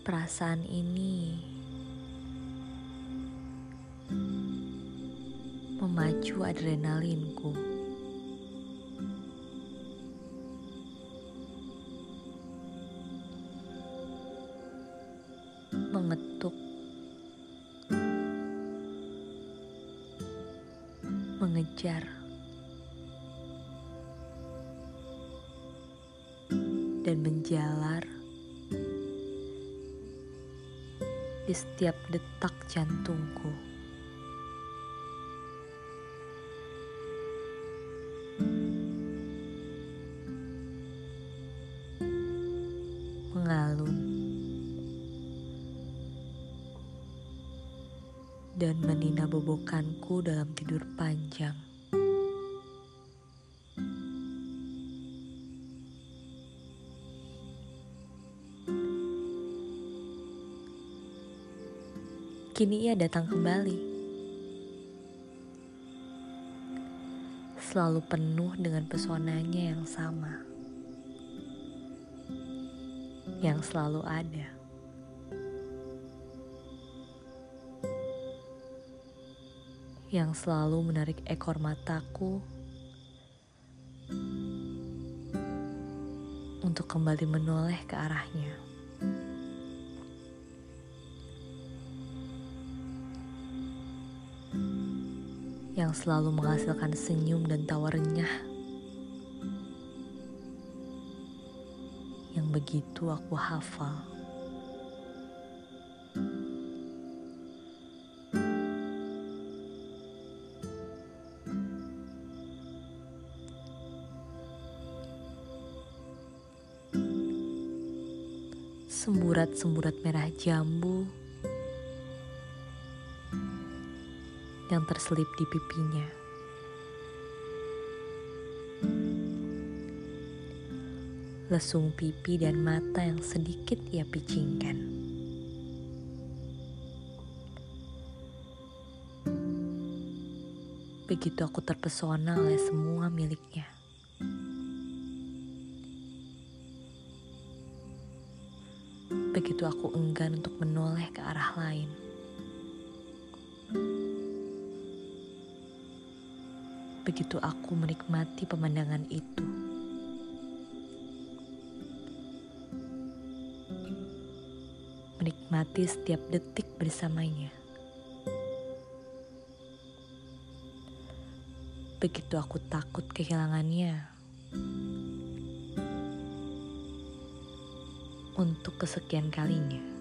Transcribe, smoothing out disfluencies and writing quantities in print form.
Perasaan ini memacu adrenalinku. Mengetuk, mengejar, dan menjalar di setiap detak jantungku. Mengalun dan menina bobokanku dalam tidur panjang. Kini ia datang kembali, selalu penuh dengan pesonanya yang sama, yang selalu ada. Yang selalu menarik ekor mataku untuk kembali menoleh ke arahnya. Yang selalu menghasilkan senyum dan tawa renyah yang begitu aku hafal. Semburat-semburat merah jambu yang terselip di pipinya. Lesung pipi dan mata yang sedikit ia picingkan. Begitu aku terpesona oleh semua miliknya. Begitu aku enggan untuk menoleh ke arah lain. Begitu aku menikmati pemandangan itu. Menikmati setiap detik bersamanya. Begitu aku takut kehilangannya. Untuk kesekian kalinya.